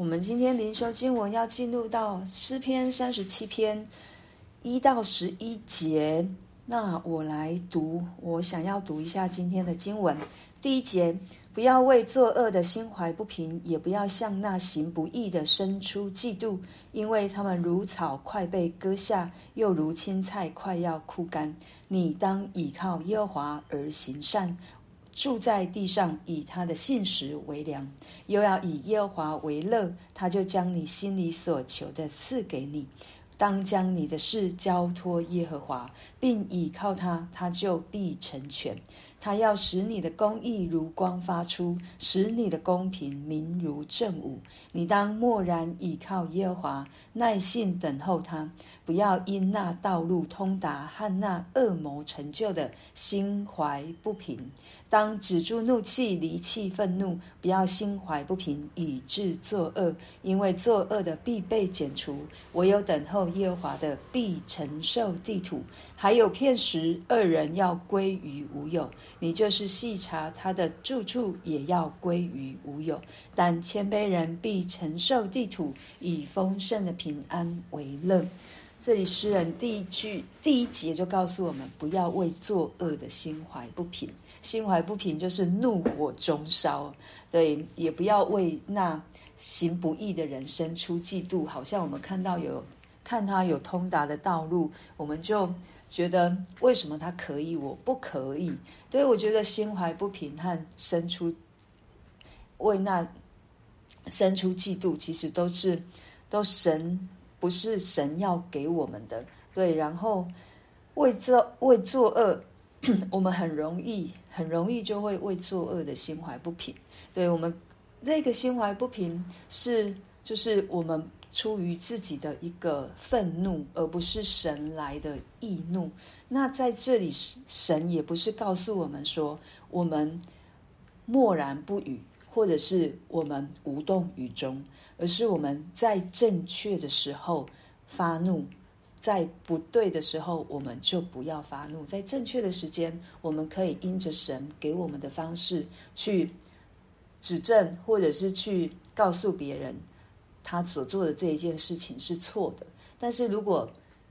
们今天灵修经文要进入到诗篇37篇1到11节。那我来读，我想要读一下今天的经文。第1节，不要为作恶的心怀不平，也不要向那行不义的生出嫉妒，因为他们如草快被割下，又如青菜快要枯干。你当倚靠耶和华而行善，住在地上，以他的信实为粮，又要以耶和华为乐，他就将你心里所求的赐给你。当将你的事交托耶和华，并倚靠他，他就必成全。他要使你的公义如光发出，使你的公平明如正午。你当默然倚靠耶和华，耐心等候他，不要因那道路通达和那恶谋成就的心怀不平。当止住怒气，离弃愤怒，不要心怀不平，以致作恶，因为作恶的必被剪除，唯有等候耶和华的必承受地土。还有片时，恶人要归于无有，你就是细查他的住处，也要归于无有。但谦卑人必承受地土，以丰盛的平安为乐。这里诗人第一节就告诉我们，不要为作恶的心怀不平。心怀不平就是怒火中烧，对，也不要为那行不义的人生出嫉妒。好像我们看他有通达的道路，我们就觉得为什么他可以，我不可以？所以我觉得心怀不平和为那生出嫉妒，其实都神不是神要给我们的。对，然后为作恶，我们很容易就会为作恶的心怀不平。对，我们那个心怀不平就是我们出于自己的一个愤怒，而不是神来的义怒。那在这里，神也不是告诉我们说我们默然不语，或者是我们无动于衷，而是我们在正确的时候发怒，在不对的时候我们就不要发怒。在正确的时间，我们可以因着神给我们的方式去指正，或者是去告诉别人他所做的这一件事情是错的。但是如果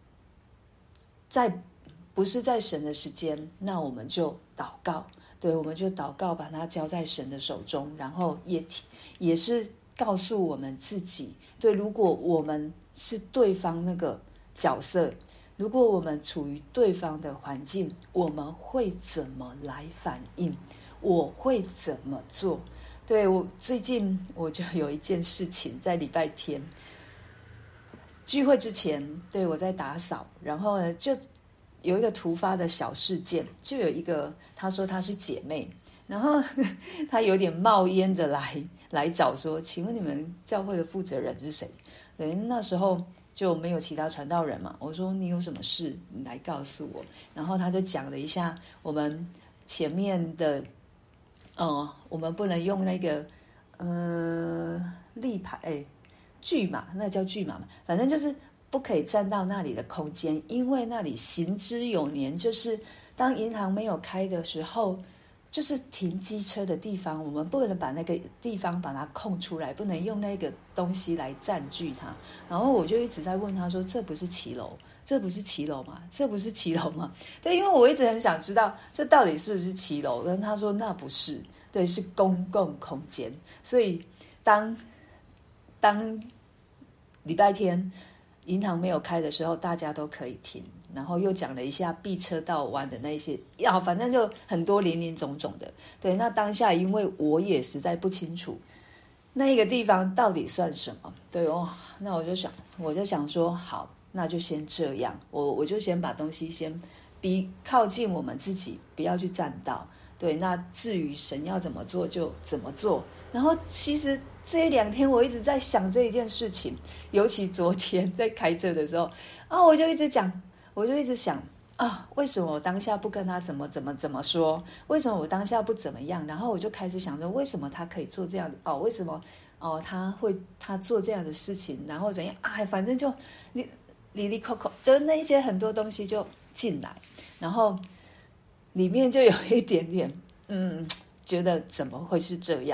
不是在神的时间，那我们就祷告。对，我们就祷告，把它交在神的手中，然后也是告诉我们自己，对，如果我们是对方那个角色，如果我们处于对方的环境，我们会怎么来反应？我会怎么做？对，最近我就有一件事情，在礼拜天聚会之前，对，我在打扫，然后呢，就有一个突发的小事件，就有一个她说她是姐妹，然后她有点冒烟的来找说，请问你们教会的负责人是谁？对，那时候就没有其他传道人嘛，我说你有什么事你来告诉我。然后他就讲了一下我们前面的我们不能用那个立牌拒马，那叫拒马嘛，反正就是不可以占到那里的空间，因为那里行之有年，就是当银行没有开的时候，就是停机车的地方，我们不能把那个地方把它空出来，不能用那个东西来占据它。然后我就一直在问他说，这不是骑楼，这不是骑楼吗？这不是骑楼吗？对，因为我一直很想知道这到底是不是骑楼，跟他说那不是，对，是公共空间。所以当礼拜天银行没有开的时候，大家都可以停。然后又讲了一下避车道弯的那些，反正就很多林林总总的。对，那当下因为我也实在不清楚那一个地方到底算什么，对哦，那我就想说，好，那就先这样，我就先把东西先靠近我们自己，不要去占道。对，那至于神要怎么做就怎么做。然后其实这2天我一直在想这一件事情，尤其昨天在开车的时候我就一直想为什么我当下不跟他怎么说？为什么我当下不怎么样？然后我就开始想着，为什么他可以做这样的为什么他做这样的事情？然后怎样？反正就里扣扣，就那一些很多东西就进来，然后里面就有一点点觉得怎么会是这样？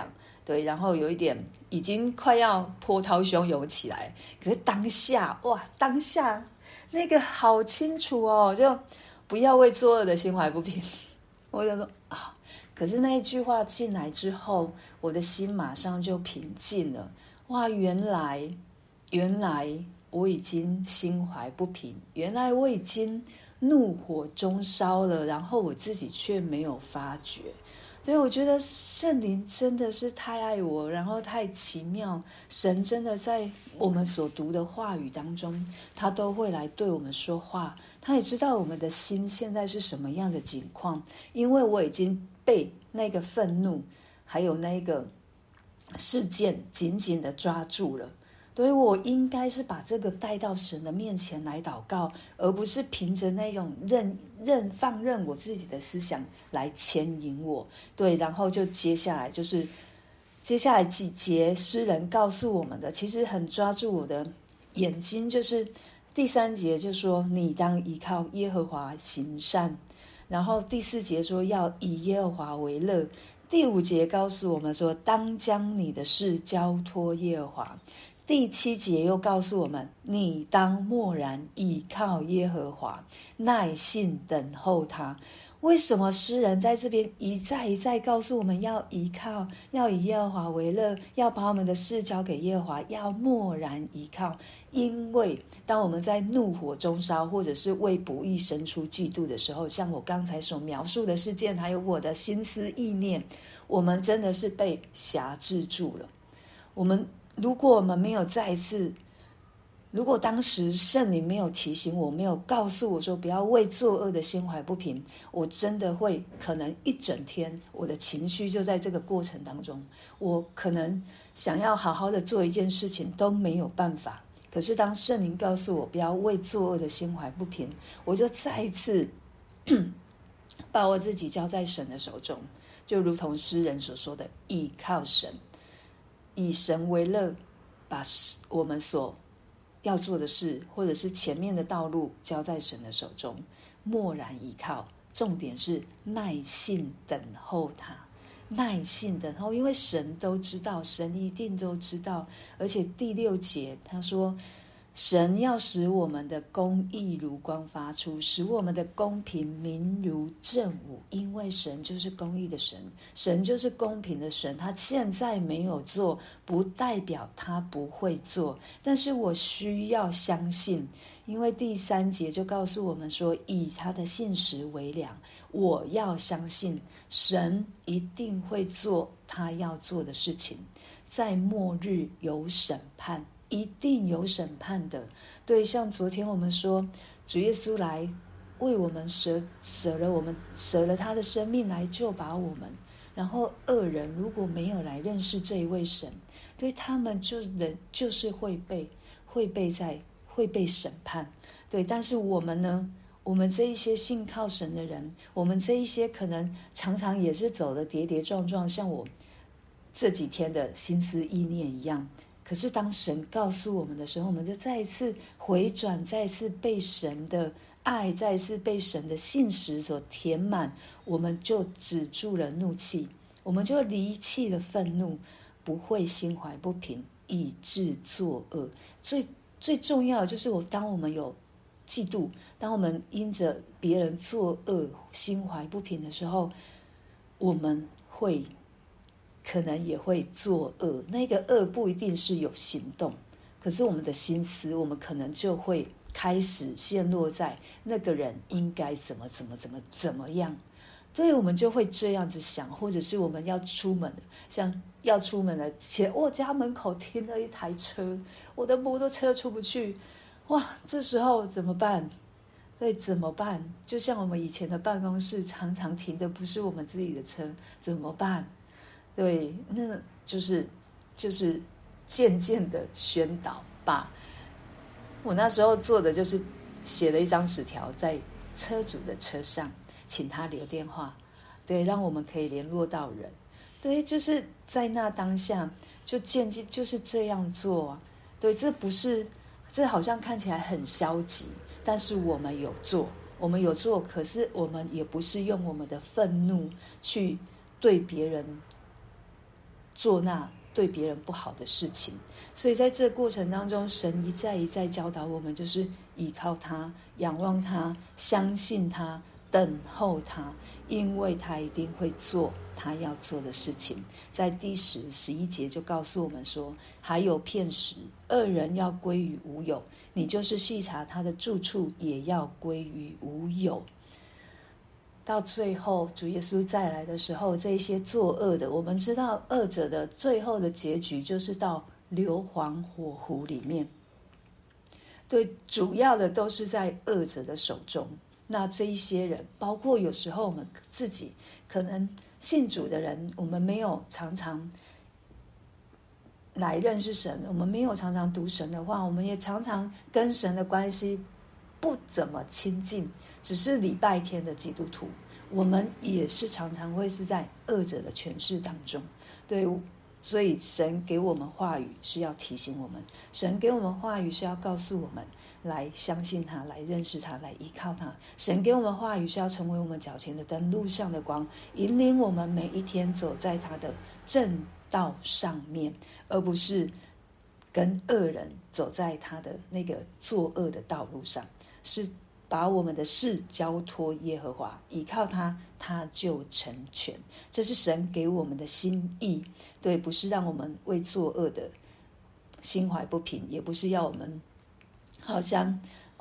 对，然后有一点已经快要波涛汹涌起来，可是当下那个好清楚哦，就不要为作恶的心怀不平。我就说啊，可是那一句话进来之后，我的心马上就平静了。哇，原来我已经心怀不平，原来我已经怒火中烧了，然后我自己却没有发觉。所以我觉得圣灵真的是太爱我，然后太奇妙。神真的在我们所读的话语当中，他都会来对我们说话。他也知道我们的心现在是什么样的境况，因为我已经被那个愤怒还有那个事件紧紧的抓住了。所以我应该是把这个带到神的面前来祷告，而不是凭着那种放任我自己的思想来牵引我。对，然后就接下来几节诗人告诉我们的，其实很抓住我的眼睛，就是第3节就说你当依靠耶和华行善，然后第4节说要以耶和华为乐，第5节告诉我们说当将你的事交托耶和华，第7节又告诉我们你当默然倚靠耶和华，耐心等候他。为什么诗人在这边一再一再告诉我们要依靠，要以耶和华为乐，要把我们的事交给耶和华，要默然依靠？因为当我们在怒火中烧，或者是为不义生出嫉妒的时候，像我刚才所描述的事件，还有我的心思意念，我们真的是被辖制住了。如果我们没有再一次，如果当时圣灵没有提醒我，没有告诉我说不要为作恶的心怀不平，我真的会可能一整天我的情绪就在这个过程当中，我可能想要好好的做一件事情都没有办法。可是当圣灵告诉我不要为作恶的心怀不平，我就再一次把我自己交在神的手中，就如同诗人所说的倚靠神，以神为乐，把我们所要做的事，或者是前面的道路交在神的手中，默然依靠。重点是耐心等候他，耐心等候，因为神都知道，神一定都知道。而且第6节他说，神要使我们的公义如光发出，使我们的公平明如正午。因为神就是公义的神，神就是公平的神，他现在没有做，不代表他不会做。但是我需要相信，因为第3节就告诉我们说，以他的信实为粮。我要相信神一定会做他要做的事情，在末日有审判，一定有审判的。对，像昨天我们说主耶稣来为我们舍了他的生命来救拔我们，然后恶人如果没有来认识这一位神，对他们就是会被审判。对，但是我们呢，我们这一些信靠神的人，我们这一些可能常常也是走的跌跌撞撞，像我这几天的心思意念一样。可是当神告诉我们的时候，我们就再一次回转，再一次被神的爱，再一次被神的信实所填满，我们就止住了怒气，我们就离弃了愤怒，不会心怀不平，以致作恶。最重要的就是当我们有嫉妒，当我们因着别人作恶心怀不平的时候，我们可能也会作恶。那个恶不一定是有行动，可是我们的心思，我们可能就会开始陷落在那个人应该怎么样。所以我们就会这样子想，或者是我们要出门，像要出门的前，我家门口停了一台车，我的摩托车出不去，哇，这时候怎么办？对，怎么办？就像我们以前的办公室常常停的不是我们自己的车，怎么办？对，那就是渐渐的宣导吧。我那时候做的就是写了一张纸条在车主的车上，请他留电话，对，让我们可以联络到人。对，就是在那当下就渐渐就是这样做啊。对，这好像看起来很消极，但是我们有做，可是我们也不是用我们的愤怒去对别人做那对别人不好的事情。所以在这个过程当中，神一再一再教导我们，就是依靠他，仰望他，相信他，等候他，因为他一定会做他要做的事情。在第10、11节就告诉我们说，还有片时，恶人要归于无有，你就是细查他的住处，也要归于无有。到最后主耶稣再来的时候，这些作恶的，我们知道恶者的最后的结局就是到硫磺火湖里面。对，主要的都是在恶者的手中。那这一些人，包括有时候我们自己可能信主的人，我们没有常常来认识神，我们没有常常读神的话，我们也常常跟神的关系不怎么亲近，只是礼拜天的基督徒，我们也是常常会是在恶者的权势当中。对，所以神给我们话语是要提醒我们，神给我们话语是要告诉我们来相信他，来认识他，来依靠他。神给我们话语是要成为我们脚前的灯，路上的光，引领我们每一天走在他的正道上面，而不是跟恶人走在他的那个作恶的道路上，是把我们的事交托耶和华，依靠他，他就成全。这是神给我们的心意。对，不是让我们为作恶的心怀不平，也不是要我们好像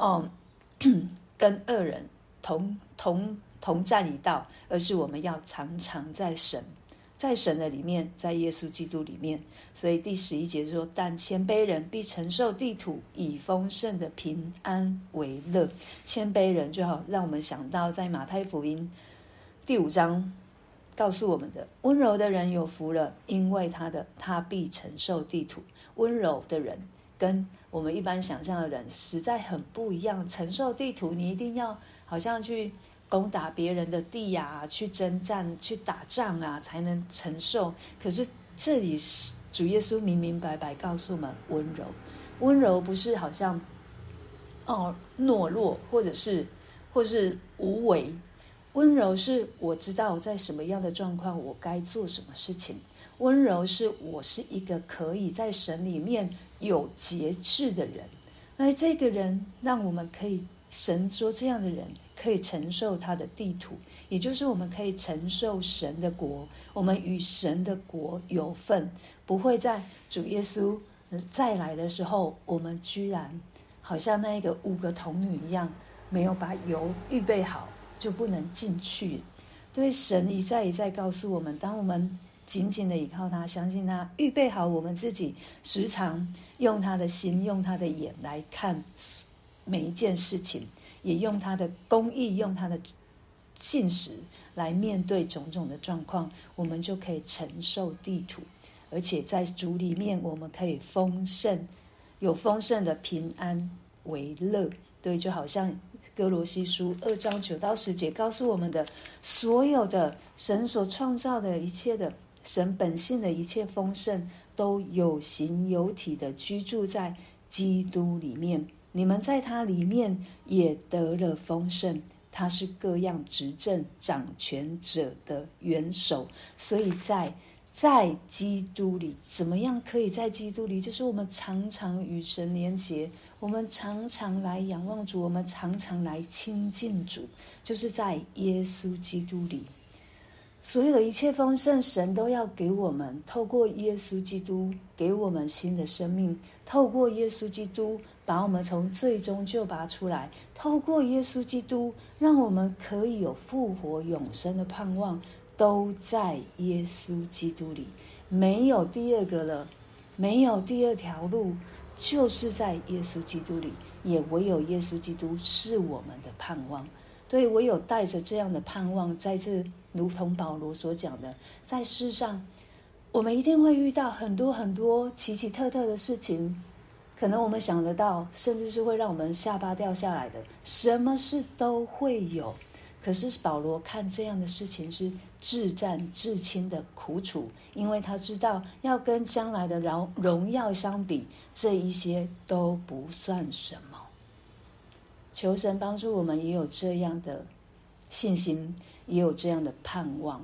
跟恶人同站一道，而是我们要常常在神的里面，在耶稣基督里面。所以第11节说，但谦卑人必承受地土，以丰盛的平安为乐。谦卑人就好让我们想到在马太福音第5章告诉我们的，温柔的人有福了，因为他必承受地土。温柔的人跟我们一般想象的人实在很不一样。承受地土，你一定要好像去攻打别人的地啊，去征战，去打仗啊，才能承受。可是这里主耶稣明明白白告诉我们，温柔不是好像懦弱，或是无为。温柔是我知道在什么样的状况我该做什么事情。温柔是我是一个可以在神里面有节制的人。那这个人让我们可以，神说这样的人可以承受他的地土，也就是我们可以承受神的国，我们与神的国有份，不会在主耶稣再来的时候，我们居然好像那个5个童女一样，没有把油预备好，就不能进去。对，神一再一再告诉我们，当我们紧紧的依靠他，相信他，预备好我们自己，时常用他的心，用他的眼来看每一件事情，也用他的公义，用他的信实来面对种种的状况，我们就可以承受地土。而且在主里面，我们可以有丰盛的平安为乐。对，就好像哥罗西书2章9到10节告诉我们的，所有的神所创造的一切的神本性的一切丰盛，都有形有体的居住在基督里面。你们在他里面也得了丰盛，他是各样执政掌权者的元首。所以在基督里，怎么样可以在基督里？就是我们常常与神连结，我们常常来仰望主，我们常常来亲近主，就是在耶稣基督里。所有的一切丰盛，神都要给我们，透过耶稣基督给我们新的生命，透过耶稣基督把我们从罪中救拔出来，透过耶稣基督让我们可以有复活永生的盼望，都在耶稣基督里。没有第二个了，没有第二条路，就是在耶稣基督里，也唯有耶稣基督是我们的盼望。对，唯有带着这样的盼望，在这如同保罗所讲的，在世上我们一定会遇到很多很多奇奇特特的事情，可能我们想得到，甚至是会让我们下巴掉下来的，什么事都会有。可是保罗看这样的事情是至战至轻的苦楚，因为他知道要跟将来的荣耀相比，这一些都不算什么。求神帮助我们也有这样的信心，也有这样的盼望。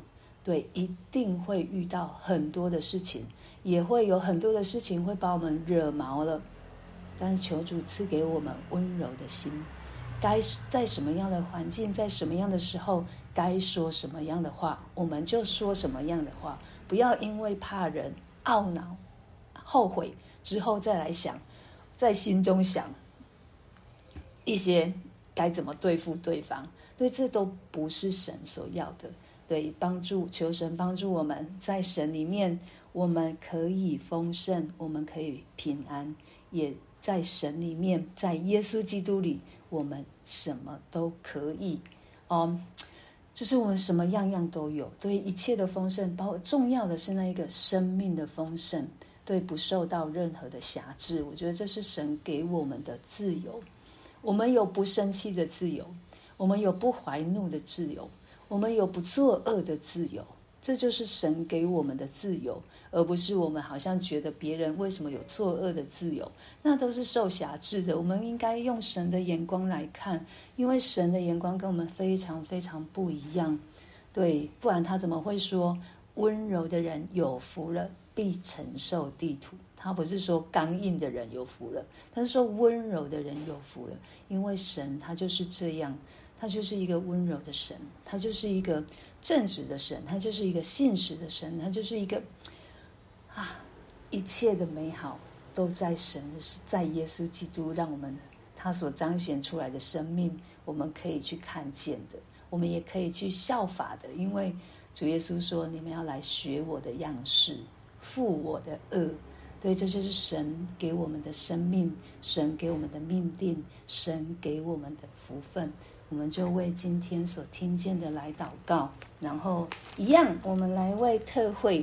对，一定会遇到很多的事情，也会有很多的事情会把我们惹毛了。但是求主赐给我们温柔的心，该在什么样的环境，在什么样的时候，该说什么样的话，我们就说什么样的话，不要因为怕人懊恼、后悔之后再来想，在心中想一些该怎么对付对方。对，这都不是神所要的。对，求神帮助我们，在神里面我们可以丰盛，我们可以平安，也在神里面，在耶稣基督里，我们什么都可以。就是我们什么样样都有。对，一切的丰盛，包括重要的是那一个生命的丰盛，对，不受到任何的辖制。我觉得这是神给我们的自由。我们有不生气的自由，我们有不怀怒的自由，我们有不作恶的自由。这就是神给我们的自由，而不是我们好像觉得别人为什么有作恶的自由，那都是受辖制的。我们应该用神的眼光来看，因为神的眼光跟我们非常非常不一样。对，不然他怎么会说温柔的人有福了，必承受地土？他不是说刚硬的人有福了，他是说温柔的人有福了。因为神他就是这样，他就是一个温柔的神，他就是一个正直的神，他就是一个信实的神，他就是一个一切的美好都在神，在耶稣基督，让我们他所彰显出来的生命，我们可以去看见的，我们也可以去效法的。因为主耶稣说，你们要来学我的样式，负我的恶。对，这就是神给我们的生命，神给我们的命定，神给我们的福分。我们就为今天所听见的来祷告，然后一样，我们来为特会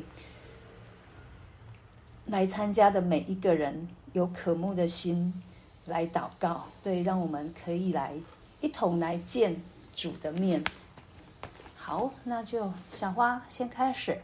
来参加的每一个人有渴慕的心来祷告。对，让我们可以来一同来见主的面。好，那就小花先开始。